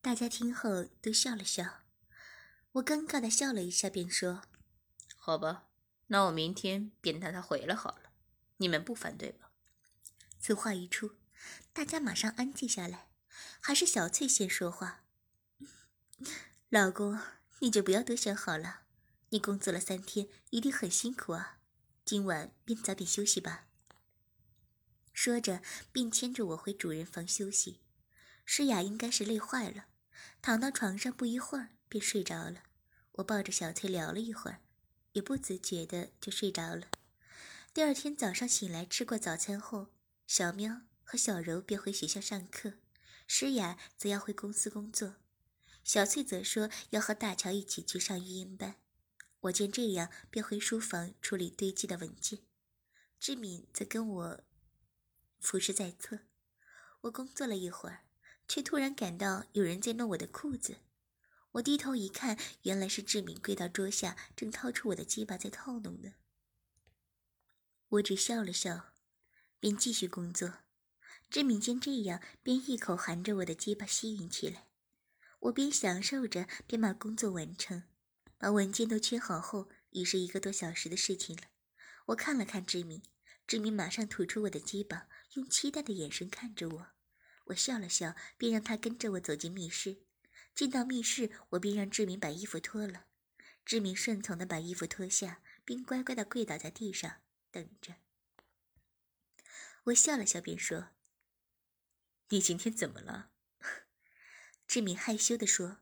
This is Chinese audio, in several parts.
大家听后都笑了笑，我尴尬地笑了一下，便说：“ 好吧，那我明天便带他回来好了，你们不反对吧？” 此话一出，大家马上安静下来，还是小翠先说话：“老公，你就不要多想好了，你工作了3天，一定很辛苦啊，今晚便早点休息吧。”说着，并牵着我回主人房休息。诗雅应该是累坏了，躺到床上不一会儿便睡着了。我抱着小翠聊了一会儿，也不自觉的就睡着了。第二天早上醒来，吃过早餐后，小喵和小柔便回学校上课，诗雅则要回公司工作，小翠则说要和大乔一起去上育婴班。我见这样，便回书房处理堆积的文件。志敏则跟我服侍在侧。我工作了一会儿，却突然感到有人在弄我的裤子。我低头一看，原来是志敏跪到桌下，正掏出我的鸡巴在套弄呢。我只笑了笑，便继续工作。志敏见这样，便一口含着我的鸡巴吸吮起来。我边享受着，边把工作完成。把文件都圈好后，已是1个多小时的事情了。我看了看志敏，志敏马上吐出我的鸡巴，用期待的眼神看着我。我笑了笑，便让他跟着我走进密室。进到密室，我便让志敏把衣服脱了。志敏顺从地把衣服脱下，并乖乖地跪倒在地上等着。我笑了笑，便说：“ 你今天怎么了？” 志敏害羞地说：“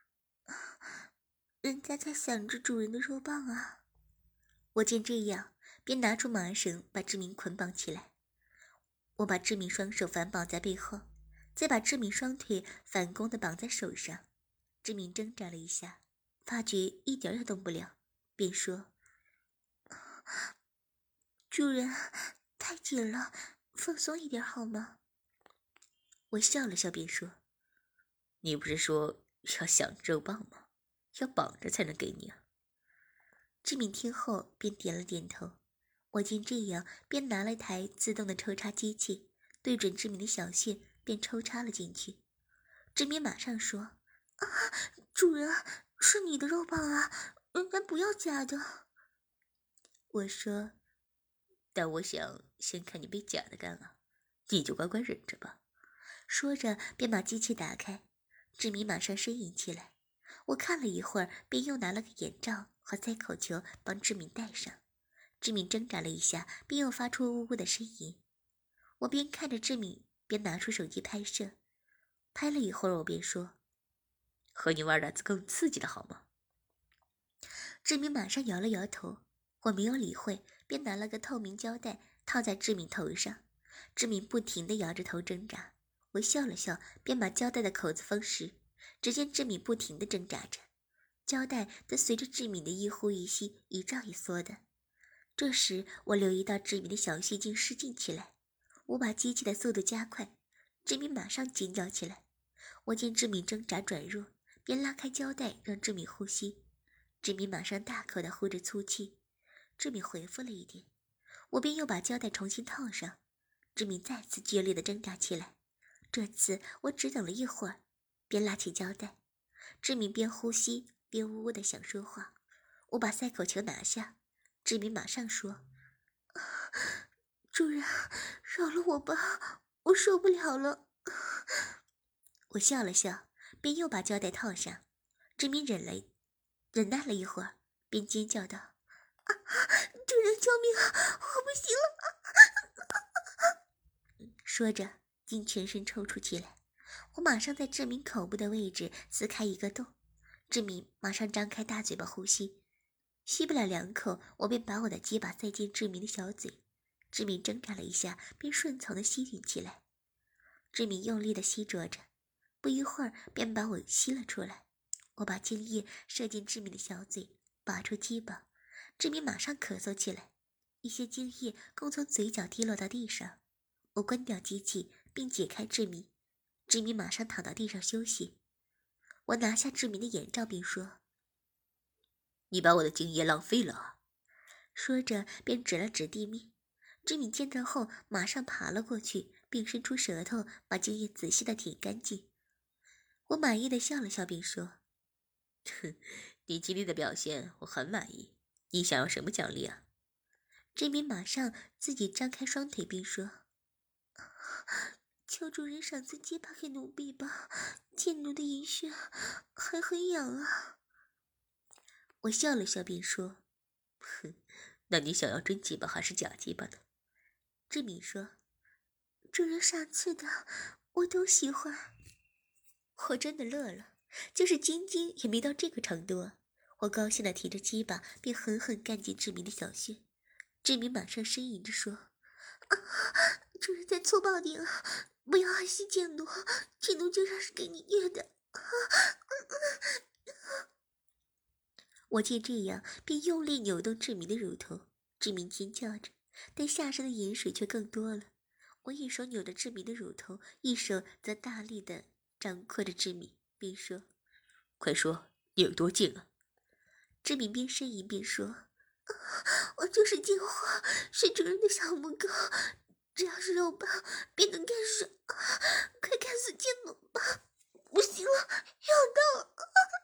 人家在想着主人的肉棒啊。”我见这样，便拿出麻绳把志敏捆绑起来。我把志敏双手反绑在背后，再把志敏双腿反弓地绑在手上。志敏挣扎了一下，发觉一点也动不了，便说：“主人，太紧了，放松一点好吗？”我笑了笑，便说：“ 你不是说要想肉棒吗？要绑着才能给你啊。” 志敏听后便点了点头。我见这样，便拿了台自动的抽插机器，对准志敏的小穴，便抽插了进去。志敏马上说：“啊，主人，是你的肉棒啊，人家不要假的。”我说：“ 但我想先看你被假的干啊，你就乖乖忍着吧。” 说着便把机器打开。志敏马上呻吟起来。我看了一会儿，便又拿了个眼罩和塞口球帮志敏戴上。志敏挣扎了一下，便又发出呜呜的呻吟。我边看着志敏，边拿出手机拍摄。拍了一会儿，我便说：“ 和你玩点更刺激的好吗？” 志敏马上摇了摇头。我没有理会，便拿了个透明胶带套在志敏头上。志敏不停地摇着头挣扎。我笑了笑，便把胶带的口子封实。只见志敏不停地挣扎着，胶带则随着志敏的一呼一吸一胀一缩的。这时我留意到志敏的小穴竟失禁起来。我把机器的速度加快，志敏马上尖叫起来。我见志敏挣扎转弱，便拉开胶带让志敏呼吸。志敏马上大口地呼着粗气。志敏回复了一点，我便又把胶带重新套上。志敏再次剧烈地挣扎起来。这次我只等了一会儿，便拉起胶带。志敏边呼吸边呜呜地想说话。我把塞口球拿下。志敏马上说：“主人，饶了我吧，我受不了了。”我笑了笑，便又把胶带套上。志敏忍耐了一会儿，便尖叫道：“主人救命啊！我不行了！”说着，竟全身抽搐起来。我马上在志敏口部的位置撕开一个洞。志敏马上张开大嘴巴呼吸，吸不了2口，我便把我的鸡巴塞进志敏的小嘴。志敏挣扎了一下，便顺从地吸吮起来。志敏用力地吸啄着，不一会儿便把我吸了出来。我把精液射进志敏的小嘴，拔出鸡巴。志敏马上咳嗽起来，一些精液共从嘴角滴落到地上。我关掉机器，并解开志敏。志敏马上躺到地上休息。我拿下志敏的眼罩，并说：“ 你把我的精液浪费了啊！” 说着便指了指地面。志敏见状后，马上爬了过去，并伸出舌头把精液仔细地舔干净。 我满意的笑了笑，并说：“ 你今天的表现我很满意，你想要什么奖励啊？” 志明马上自己张开双腿，并说：“求主人赏赐鸡巴给奴婢吧，贱奴的银穴还很痒啊。”我笑了笑，并说：“ 那你想要真鸡巴还是假鸡巴呢？” 志敏说：“主人赏赐的我都喜欢。”我真的乐了，就是晶晶也没到这个程度啊！我高兴地提着鸡巴，便狠狠干进志明的小穴。志明马上呻吟着说：“主人再粗暴点啊，不要爱惜贱奴，贱奴就像是给你虐的。”我见这样，便用力扭动志明的乳头。志明尖叫着，但下身的盐水却更多了。我一手扭着志明的乳头，一手则大力地掌掴着志明，并说：“ 快说，你有多贱啊？” 志明边呻吟边说：“我就是贱货，是主人的小母狗，只要是肉棒便能干爽，快干死贱奴吧！不行了，要到了！”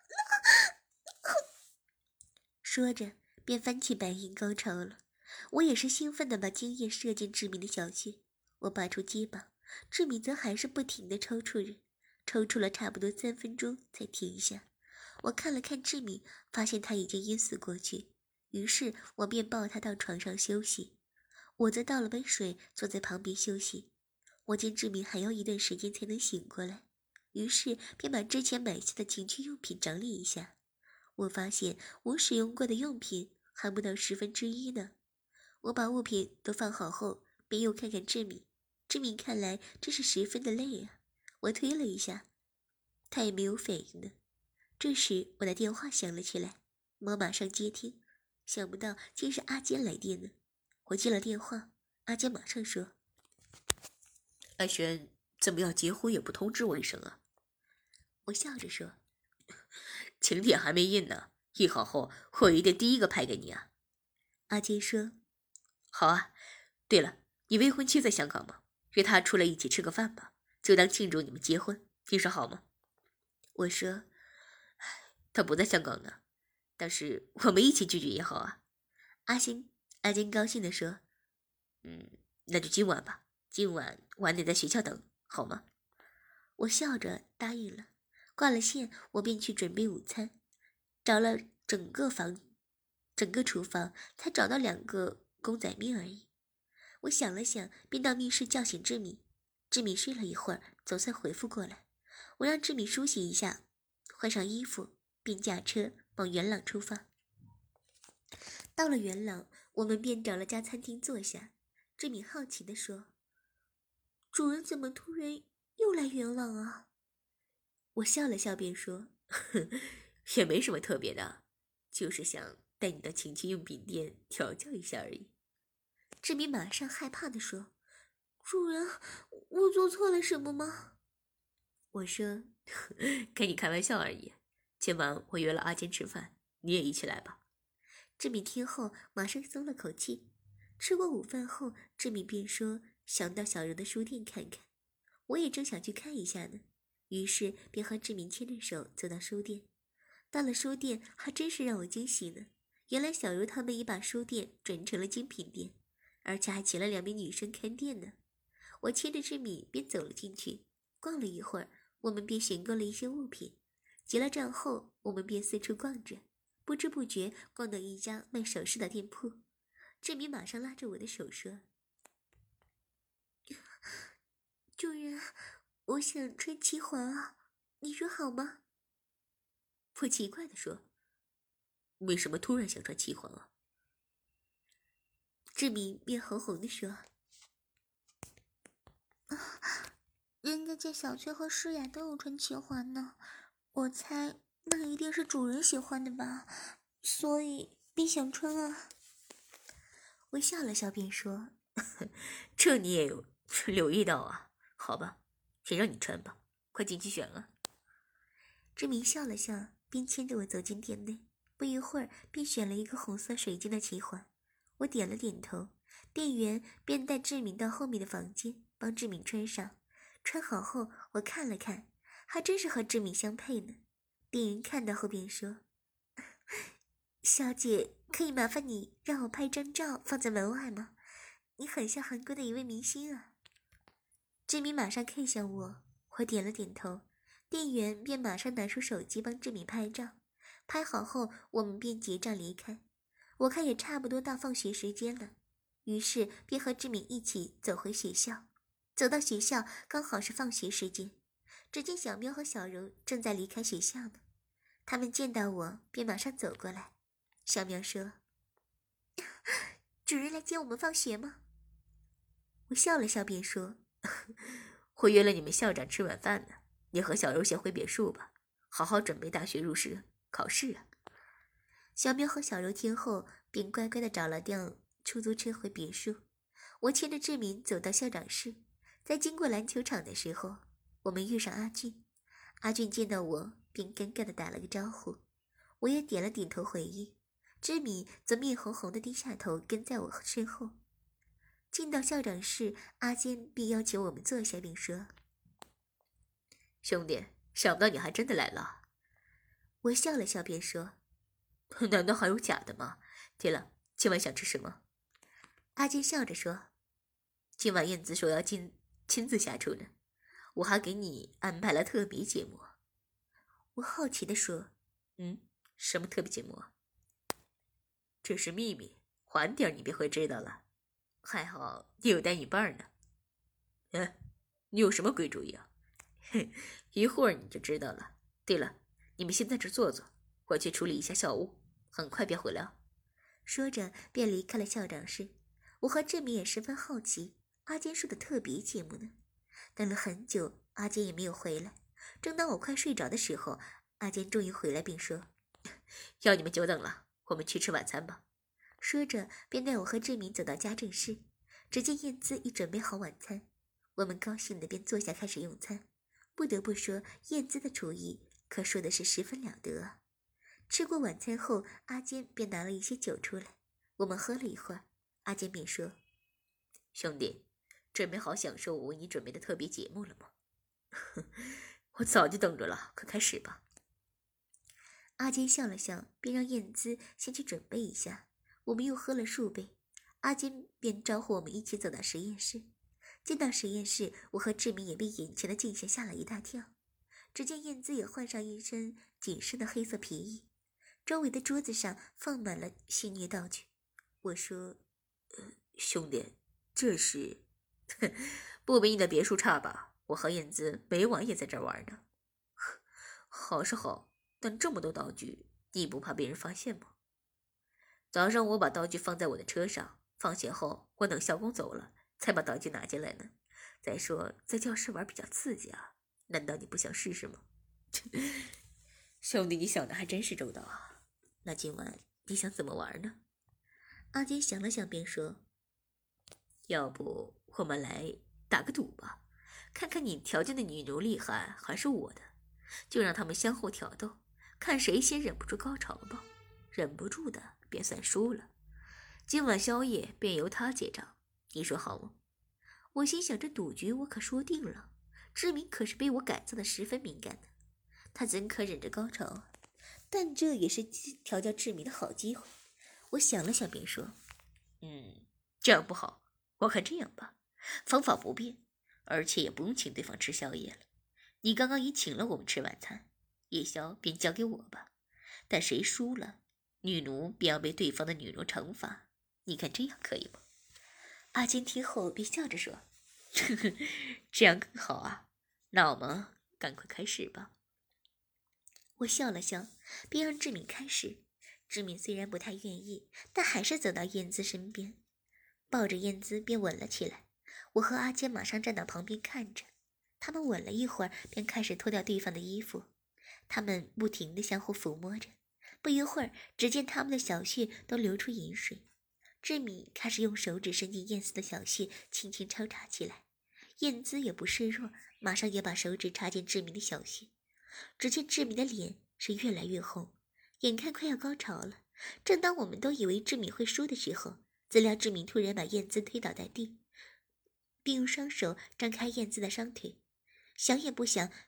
说着，便翻起白银高潮了。我也是兴奋地把精液射进志明的小穴。我拔出鸡巴，志明则还是不停地抽搐着，抽搐了差不多3分钟才停下。我看了看志明，发现他已经晕死过去，于是我便抱他到床上休息。我则倒了杯水，坐在旁边休息。我见志明还要一段时间才能醒过来，于是便把之前买下的情趣用品整理一下。我发现我使用过的用品还不到1/10呢。我把物品都放好后，便又看看志敏。志敏看来真是十分的累啊。我推了一下，他也没有反应呢。这时我的电话响了起来，我马上接听，想不到竟是阿坚来电呢。我接了电话，阿坚马上说：“ 阿轩，怎么要结婚也不通知我一声啊？” 我笑着说：“ 请帖还没印呢，印好后我一定第一个拍给你啊。” 阿坚说：“ 好啊。对了，你未婚妻在香港吗？约她出来一起吃个饭吧，就当庆祝你们结婚，你说好吗？” 我说：“ 她不在香港呢，但是我们一起聚聚也好啊。” 阿坚高兴地说：“ 那就今晚吧，今晚晚点在学校等，好吗？” 我笑着答应了。挂了线，我便去准备午餐，找了整个厨房，才找到2个公仔面而已。我想了想，便到密室叫醒志敏。志敏睡了一会儿，总算回复过来。我让志敏梳洗一下，换上衣服，便驾车往元朗出发。到了元朗，我们便找了家餐厅坐下。志敏好奇地说：“主人怎么突然又来元朗啊？”我笑了笑，便说：“ 也没什么特别的，就是想带你到情趣用品店调教一下而已。” 志明马上害怕地说：“主人，我做错了什么吗？” 我说：“跟你开玩笑而已。今晚我约了阿坚吃饭，你也一起来吧。” 志敏听后马上松了口气。吃过午饭后，志敏便说想到小柔的书店看看，我也正想去看一下呢。于是便和志明牵着手走到书店。到了书店，还真是让我惊喜呢。原来小柔他们也把书店转成了精品店，而且还请了2名女生看店呢。我牵着志敏便走了进去，逛了一会儿，我们便选购了一些物品。结了账后，我们便四处逛着，不知不觉逛到一家卖首饰的店铺。志敏马上拉着我的手说：“主人，我想穿齐环啊，你说好吗？” 我奇怪地说：“为什么突然想穿齐环啊？” 志明面红红地说：“人家见小翠和诗雅都有穿齐环呢，我猜那一定是主人喜欢的吧，所以便想穿啊。”我笑了笑，便说：“ 这你也有留意到啊？好吧，先让你穿吧，快进去选啊。” 志明笑了笑，便牵着我走进店内。不一会儿，便选了一个红色水晶的齐环。我点了点头，店员便带志敏到后面的房间，帮志敏穿上。穿好后，我看了看， 还真是和志敏相配呢。店员看到后便说：“小姐，可以麻烦你让我拍张照放在门外吗？你很像韩国的一位明星啊。”志敏马上看向我，我点了点头，店员便马上拿出手机帮志敏拍照。拍好后，我们便结账离开。我看也差不多到放学时间了，于是便和志敏一起走回学校。走到学校，刚好是放学时间。只见小喵和小柔正在离开学校呢，他们见到我便马上走过来。小喵说：“主人来接我们放学吗？”我笑了笑便说：“ 我约了你们校长吃晚饭呢，你和小柔先回别墅吧，好好准备大学入学考试啊。” 小喵和小柔听后便乖乖地找了辆出租车回别墅。我牵着志敏走到校长室，在经过篮球场的时候，我们遇上阿俊。阿俊见到我便尴尬地打了个招呼，我也点了点头回应。志敏则面红红地低下头跟在我身后。进到校长室，阿坚便要求我们坐下，并说：“ 兄弟，想不到你还真的来了。” 我笑了笑便说：“ 难道还有假的吗？对了，今晚想吃什么？” 阿坚笑着说：“ 今晚燕子说要亲自下厨呢，我还给你安排了特别节目。” 我好奇地说：“ 什么特别节目？”“这是秘密，晚点你便会知道了。还好你有带一半呢。”“你有什么鬼主意啊？”“一会儿你就知道了。对了，你们先在这坐坐，我去处理一下校务，很快便回来。” 说着便离开了校长室。我和志敏也十分好奇阿坚说的特别节目呢。等了很久，阿坚也没有回来。正当我快睡着的时候，阿坚终于回来并说：“ 要你们久等了，我们去吃晚餐吧。” 说着便带我和志敏走到家政室。只见燕姿已准备好晚餐，我们高兴的便坐下开始用餐。不得不说，燕姿的厨艺可说的是十分了得啊。吃过晚餐后，阿坚便拿了一些酒出来，我们喝了一会儿，阿坚便说：“ 兄弟，准备好享受我为你准备的特别节目了吗？”“我早就等着了，快开始吧。” 阿坚笑了笑，便让燕姿先去准备一下。我们又喝了数杯，阿坚便招呼我们一起走到实验室。进到实验室，我和志明也被眼前的景象吓了一大跳。只见燕姿也换上一身紧身的黑色皮衣，周围的桌子上放满了戏谑道具。我说：“ 兄弟，这是……不比你的别墅差吧？我和燕姿每晚也在这儿玩呢。”“好是好，但这么多道具，你不怕被人发现吗？”“早上我把道具放在我的车上，放学后我等校工走了才把道具拿进来呢。再说在教室玩比较刺激啊，难道你不想试试吗？”“兄弟，你想的还真是周到啊。那今晚你想怎么玩呢？” 阿坚想了想便说：“ 要不我们来打个赌吧，看看你条件的女奴厉害还是我的，就让他们相互挑逗，看谁先忍不住高潮吧，忍不住的便算输了。今晚宵夜便由他结账，你说好吗？” 我心想，这赌局我可说定了。志明可是被我改造的十分敏感的，他怎可忍着高潮啊？但这也是调教志明的好机会。我想了想便说：“ 这样不好，我看这样吧，方法不变，而且也不用请对方吃宵夜了。你刚刚已请了我们吃晚餐，夜宵便交给我吧。但谁输了，女奴便要被对方的女奴惩罚。你看这样可以吗？” 阿坚听后便笑着说：“ 这样更好啊，那我们赶快开始吧。” 我笑了笑，便让志敏开始。志敏虽然不太愿意，但还是走到燕姿身边，抱着燕姿便吻了起来。我和阿坚马上站到旁边看着，他们吻了一会儿，便开始脱掉对方的衣服。他们不停地相互抚摸着，不一会儿，只见他们的小穴都流出饮水。志敏开始用手指伸进燕姿的小穴，轻轻抽插起来。燕姿也不示弱，马上也把手指插进志敏的小穴。只见志敏的脸是越来越红，眼看快要高潮了。正当我们都以为志敏会输的时候，怎料志敏突然把燕姿推倒在地，并用双手张开燕姿的双腿，想也不想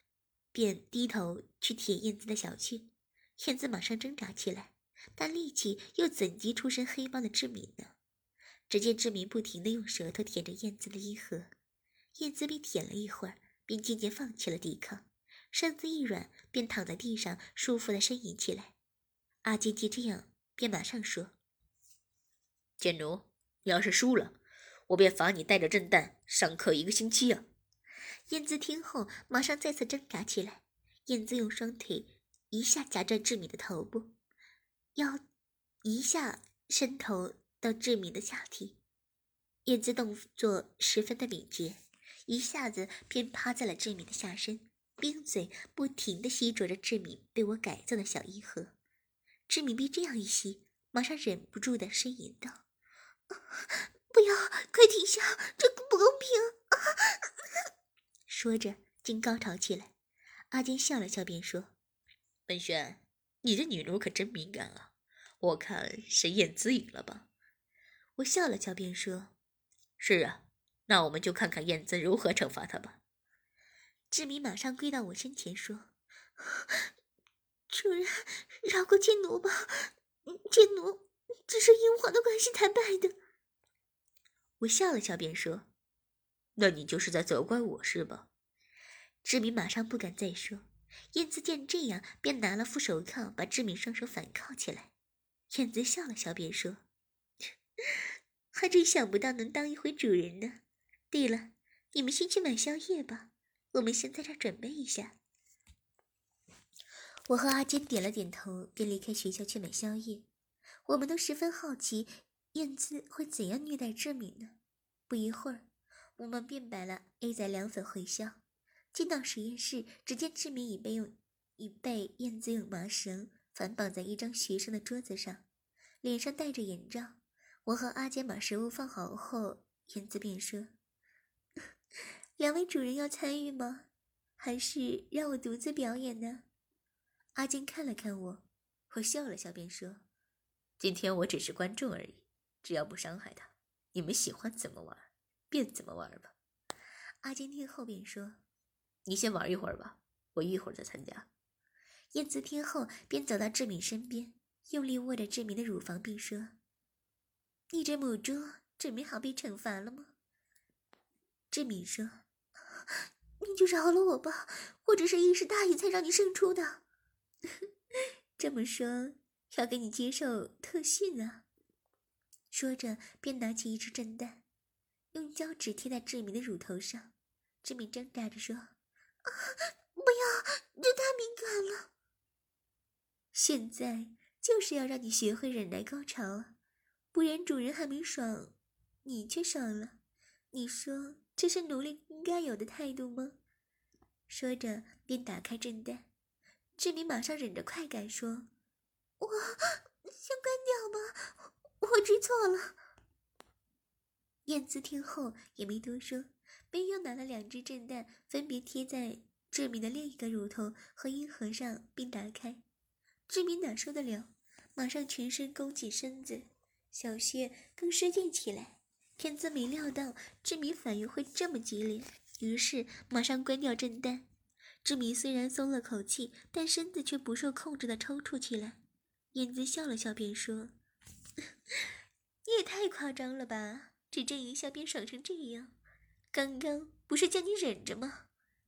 便低头去舔燕子的小穴，燕子马上挣扎起来，但力气又怎及出身黑帮的志敏呢？只见志敏不停地用舌头舔着燕子的阴核，燕子被舔了一会儿，便渐渐放弃了抵抗，身子一软，便躺在地上舒服地呻吟起来。阿坚见这样，便马上说：“ 贱奴，你要是输了，我便罚你带着震蛋上课1个星期啊！” 燕子听后，马上再次挣扎起来。燕子用双腿一下夹着志敏的头部，要一下伸头到志敏的下体。燕子动作十分的敏捷，一下子便趴在了志敏的下身，并嘴不停地吸啜着志敏被我改造的小阴核。志敏被这样一吸，马上忍不住地呻吟道：“不要，快停下，这不公平！”说着竟高潮起来。阿坚笑了笑便说：“ 文轩，你这女奴可真敏感啊，我看是燕姿赢了吧？” 我笑了笑便说：“ 是啊，那我们就看看燕姿如何惩罚她吧。” 志敏马上跪到我身前说：“主人，饶过贱奴吧，贱奴只是阴皇的关系才败的。”我笑了笑便说：“ 那你就是在责怪我是吧？” 志敏马上不敢再说。燕子见这样，便拿了副手铐，把志敏双手反铐起来。燕子笑了笑便说：“还真想不到能当一回主人呢。对了，你们先去买宵夜吧，我们先在这儿准备一下。”我和阿坚点了点头，便离开学校去买宵夜。我们都十分好奇燕子会怎样虐待志敏呢？不一会儿，我们便摆了 A 仔凉粉回校。进到实验室，只见志敏已被燕子用麻绳反绑在一张学生的桌子上，脸上戴着眼罩。我和阿坚把食物放好后，燕子便说：“两位主人要参与吗？还是让我独自表演呢？”阿坚看了看我，我笑了笑便说：“ 今天我只是观众而已，只要不伤害他，你们喜欢怎么玩便怎么玩吧。” 阿坚听后便说：“ 你先玩一会儿吧，我一会儿再参加。” 燕子听后便走到志敏身边，用力握着志敏的乳房并说：“你这母猪准备好被惩罚了吗？”志敏说：“你就饶了我吧，我只是一时大意才让你胜出的。”这么说，要给你接受特训啊！说着便拿起一只震蛋，用胶纸贴在志敏的乳头上。志敏挣扎着说：“不要，这太敏感了。”现在就是要让你学会忍耐高潮啊，不然主人还没爽，你却爽了。你说这是奴隶应该有的态度吗？说着便打开震蛋。志敏马上忍着快感说：“我先关掉吧，我知错了。”燕姿听后也没多说，便又拿了2只震蛋，分别贴在志敏的另一个乳头和阴核上，并打开。志敏哪受得了，马上全身弓起身子，小穴更失禁起来。燕姿没料到志敏反应会这么激烈，于是马上关掉震蛋。志敏虽然松了口气，但身子却不受控制的抽搐起来。燕姿笑了笑便说：“你也太夸张了吧，只震一下便爽成这样，刚刚不是叫你忍着吗？”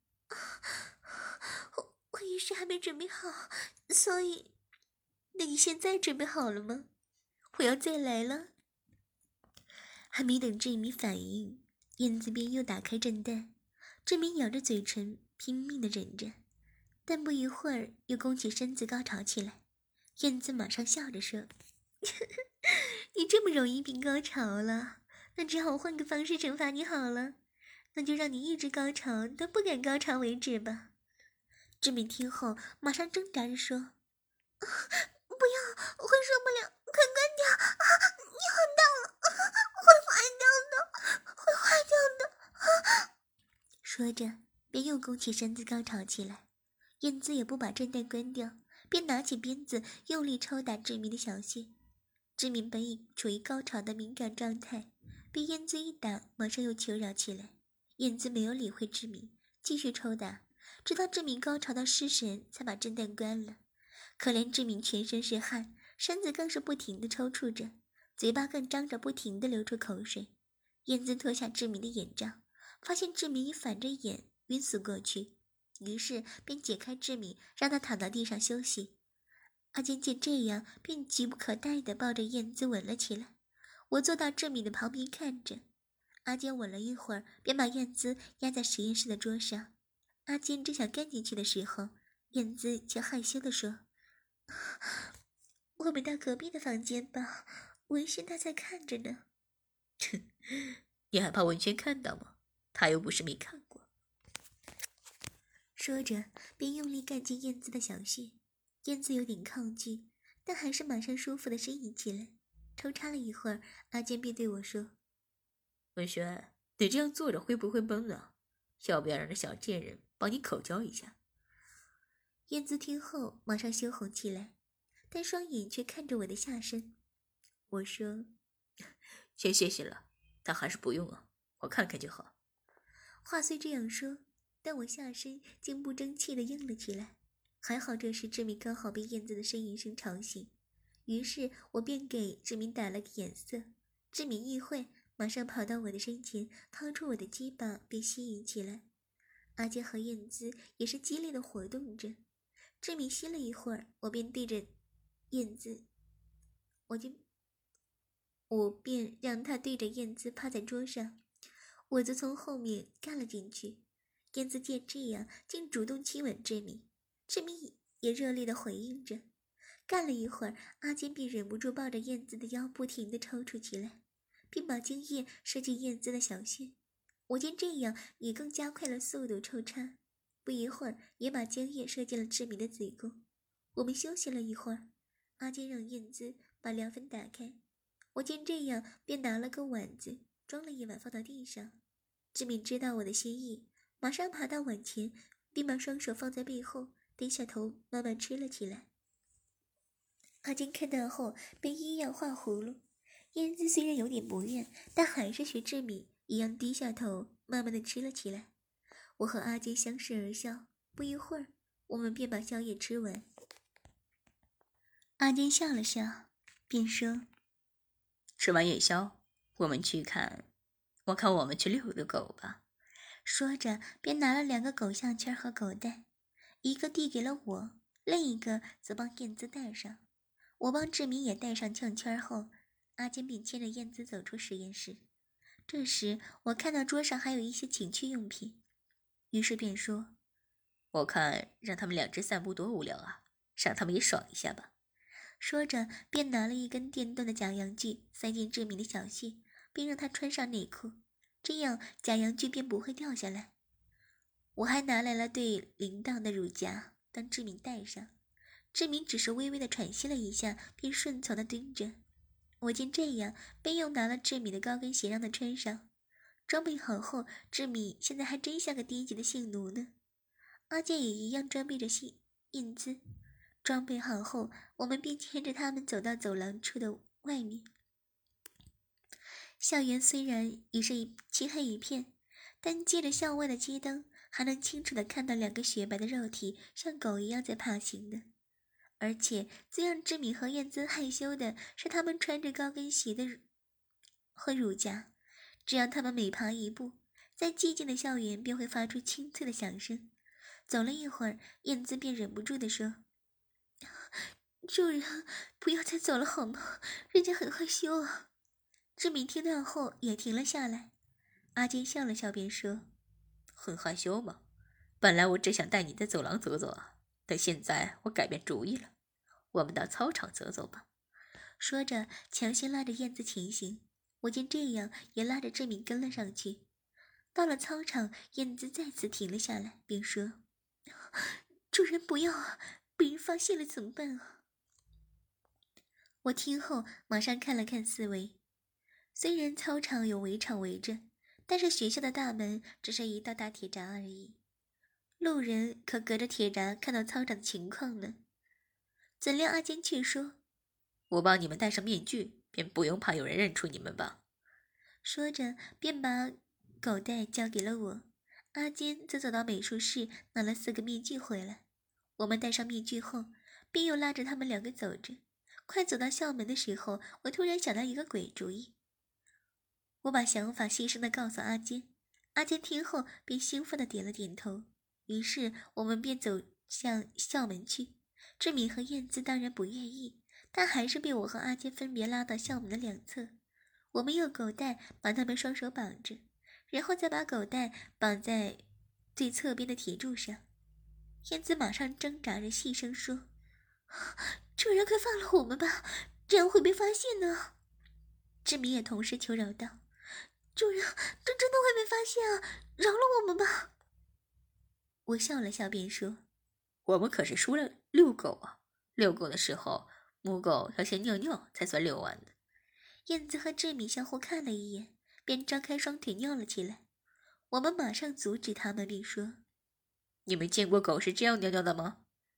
我一时还没准备好，所以……那你现在准备好了吗？我要再来了。还没等志敏反应，燕子便又打开震蛋。志敏咬着嘴唇，拼命地忍着，但不一会儿又弓起身子高潮起来。燕子马上笑着说：“你这么容易并高潮了，那只好换个方式惩罚你好了，那就让你一直高潮到不敢高潮为止吧。”志敏听后马上挣扎着说：“不要，我会受不了，快关掉！你很大了，会坏掉的，会坏掉的。”说着便又弓起身子高潮起来。燕姿也不把震蛋关掉，便拿起鞭子用力抽打志敏的小穴。志敏本已处于高潮的敏感状态，被燕姿一打，马上又求饶起来。燕姿没有理会志敏，继续抽打。 直到志敏高潮到失神，才把震蛋关了。可怜志敏全身是汗，身子更是不停地抽搐着，嘴巴更张着，不停地流出口水。燕子脱下志敏的眼罩，发现志敏已反着眼晕死过去，于是便解开志敏，让他躺到地上休息。阿坚见这样，便急不可待地抱着燕子吻了起来。我坐到志敏的旁边看着，阿坚吻了一会儿，便把燕子压在实验室的桌上。阿坚正想跟进去的时候，燕子却害羞地说：“我们到隔壁的房间吧，文轩他在看着呢。” 你害怕文轩看到吗？他又不是没看过。 说着，便用力干进燕子的小穴。燕子有点抗拒，但还是马上舒服地呻吟起来。抽插了一会儿，阿坚便对我说：“ 文轩，你这样坐着会不会闷啊？要不要让这小贱人帮你口交一下？” 燕子听后马上羞红起来，但双眼却看着我的下身。我说：“ 先谢谢了，但还是不用啊，我看看就好。” 话虽这样说，但我下身竟不争气地硬了起来。还好这时志明刚好被燕子的呻吟声吵醒，于是我便给志明打了个眼色。志明一会，马上跑到我的身前，掏出我的鸡巴便吸吮起来。阿坚和燕子也是激烈的活动着。志明吸了一会儿，我便对着燕子，我便让他对着燕子趴在桌上，我则从后面干了进去。燕子见这样，竟主动亲吻志明，志明也热烈地回应着。干了一会儿，阿坚便忍不住抱着燕子的腰不停地抽搐起来，并把精液射进燕子的小穴。我见这样，也更加快了速度抽插，不一会儿也把精液射进了志明的子宫。我们休息了一会儿，阿坚让燕子把凉粉打开。我见这样，便拿了个碗子装了一碗放到地上。志敏知道我的心意，马上爬到碗前，并把双手放在背后，低下头慢慢吃了起来。阿坚看到后便一样画葫芦。燕子虽然有点不愿，但还是学志敏一样低下头慢慢的吃了起来。我和阿坚相视而笑，不一会儿我们便把宵夜吃完。阿坚笑了笑，便说：“ 吃完夜宵，我看我们去遛个狗吧。” 说着便拿了2个狗项圈和狗带，一个递给了我，另一个则帮燕子戴上。我帮志明也戴上项圈后，阿坚便牵着燕子走出实验室。这时我看到桌上还有一些情趣用品，于是便说：“ 我看让他们2只散步多无聊啊，让他们也爽一下吧。” 说着便拿了一根电动的假阳具塞进志明的小穴，并让他穿上内裤，这样假阳具便不会掉下来。我还拿来了对铃铛的乳夹当志明戴上，志明只是微微的喘息了一下，便顺从的蹲着。我见这样，便又拿了志敏的高跟鞋让他穿上。装备好后，志敏现在还真像个低级的性奴呢。阿健也一样装备着印子。装备好后，我们便牵着他们走到走廊处的外面。校园虽然已是漆黑一片，但借着校外的街灯，还能清楚地看到2个雪白的肉体像狗一样在爬行呢。而且最让志敏和燕姿害羞的是，他们穿着高跟鞋和乳夹，只要他们每爬一步，在寂静的校园便会发出清脆的响声。走了一会儿，燕姿便忍不住地说：“主人，不要再走了好吗？人家很害羞啊。”志敏听到后也停了下来。阿坚笑了笑便说：“ 很害羞吗？本来我只想带你在走廊走走啊，但现在我改变主意了，我们到操场走走吧。” 说着强行拉着燕子前行。我见这样，也拉着志敏跟了上去。到了操场，燕子再次停了下来，便说：“主人不要啊，被人发现了怎么办啊？”我听后马上看了看四围，虽然操场有围场围着，但是学校的大门只是一道大铁闸而已，路人可隔着铁闸看到操场的情况呢。怎料阿坚却说：“ 我帮你们戴上面具，便不用怕有人认出你们吧。” 说着便把狗带交给了我。 阿坚则走到美术室拿了4个面具回来。我们戴上面具后，便又拉着他们2个走着。快走到校门的时候，我突然想到一个鬼主意。我把想法细声地告诉阿坚，阿坚听后便兴奋地点了点头。于是我们便走向校门去。志敏和燕姿当然不愿意，但还是被我和阿坚分别拉到校门的2侧。我们用狗带把他们双手绑着，然后再把狗带绑在最侧边的铁柱上。燕姿马上挣扎着细声说：“主人，快放了我们吧，这样会被发现呢。”志明也同时求饶道：“主人，这真的会被发现啊，饶了我们吧。”我笑了笑便说：“ 我们可是说了遛狗啊，遛狗的时候，母狗要先尿尿才算遛完的。” 燕子和志敏相互看了一眼，便张开双腿尿了起来。我们马上阻止他们，并说：“ 你们见过狗是这样尿尿的吗？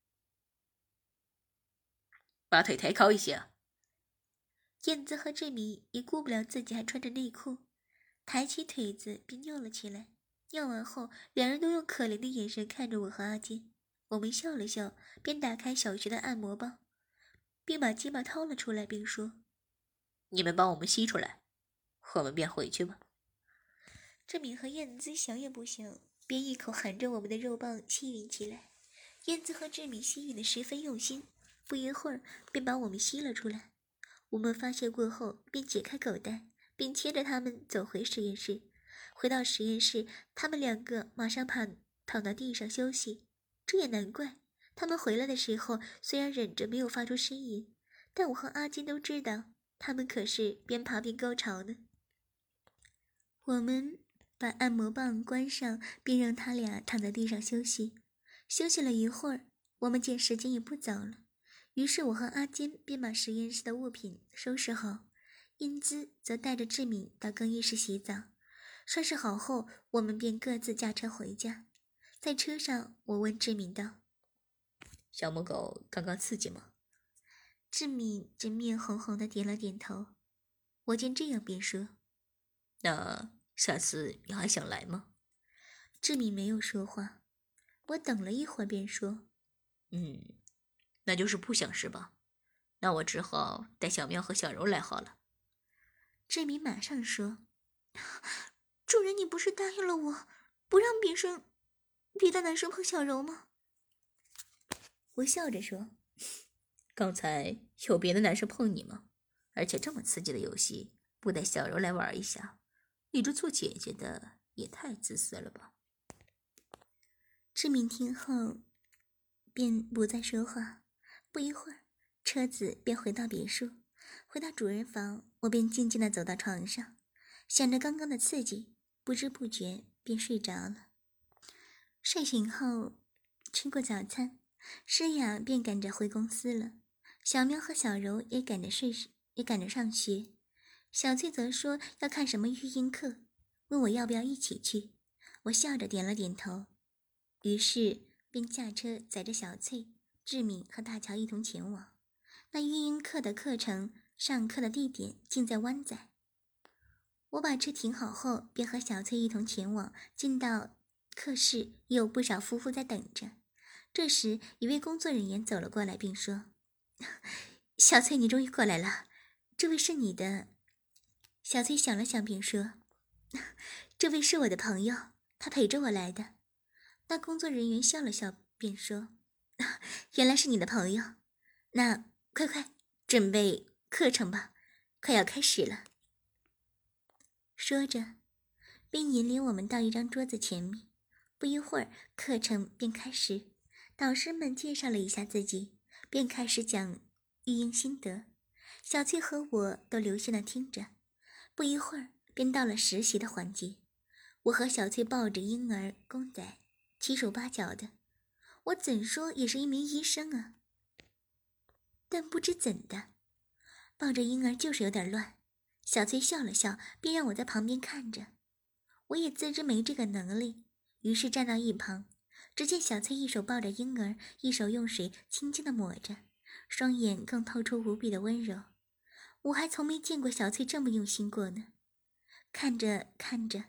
把腿抬高一些。” 燕子和志敏也顾不了自己还穿着内裤，抬起腿子便尿了起来。尿完后，2人都用可怜的眼神看着我和阿坚。我们笑了笑，便打开小学的按摩棒，并把鸡巴掏了出来，并说：“ 你们帮我们吸出来，我们便回去吧。” 志敏和燕子想也不想，便一口含着我们的肉棒吸吮起来。燕子和志敏吸吮得十分用心，不一会儿便把我们吸了出来。我们发泄过后，便解开狗带，并牵着他们走回实验室。回到实验室，他们2个马上躺到地上休息。这也难怪，他们回来的时候虽然忍着没有发出呻吟，但我和阿金都知道，他们可是边爬边高潮呢。我们把按摩棒关上，并让他俩躺在地上休息。休息了一会儿，我们见时间也不早了，于是我和阿坚便把实验室的物品收拾好，英姿则带着志敏到更衣室洗澡。收拾好后，我们便各自驾车回家。在车上，我问志敏道：“ 小母狗刚刚刺激吗？” 志敏正面红红的点了点头。我见这样便说：“ 那下次你还想来吗？” 志敏没有说话。我等了一会儿便说：“ 那就是不想是吧？那我只好带小喵和小柔来好了。” 志敏马上说：“主人，你不是答应了我，不让别的男生碰小柔吗？”我笑着说：“ 刚才有别的男生碰你吗？而且这么刺激的游戏，不带小柔来玩一下，你这做姐姐的也太自私了吧？” 志敏听后便不再说话。不一会儿，车子便回到别墅。回到主人房，我便静静地走到床上，想着刚刚的刺激，不知不觉便睡着了。睡醒后，吃过早餐，诗雅便赶着回公司了。小喵和小柔也赶着上学。小翠则说要看什么育婴课，问我要不要一起去。我笑着点了点头，于是便驾车载着小翠、志敏和大乔一同前往。那育婴课的课程上课的地点竟在湾仔。我把车停好后，便和小翠一同前往。进到课室，也有不少夫妇在等着。这时，一位工作人员走了过来，并说：“小翠，你终于过来了，这位是你的。”小翠想了想，并说：“这位是我的朋友，他陪着我来的。”那工作人员笑了笑，便说：“原来是你的朋友，那快准备课程吧，快要开始了。”说着，便引领我们到一张桌子前面。不一会儿，课程便开始。导师们介绍了一下自己，便开始讲育婴心得。小翠和我都留心地听着。不一会儿，便到了实习的环节。我和小翠抱着婴儿公仔，七手八脚的。我怎说也是一名医生啊，但不知怎的，抱着婴儿就是有点乱。小翠笑了笑，便让我在旁边看着。我也自知没这个能力，于是站到一旁。只见小翠一手抱着婴儿，一手用水轻轻地抹着，双眼更透出无比的温柔。我还从没见过小翠这么用心过呢。看着看着，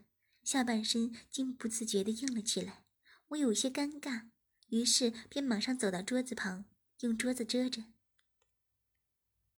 下半身竟不自觉地硬了起来。我有些尴尬，于是便马上走到桌子旁，用桌子遮着，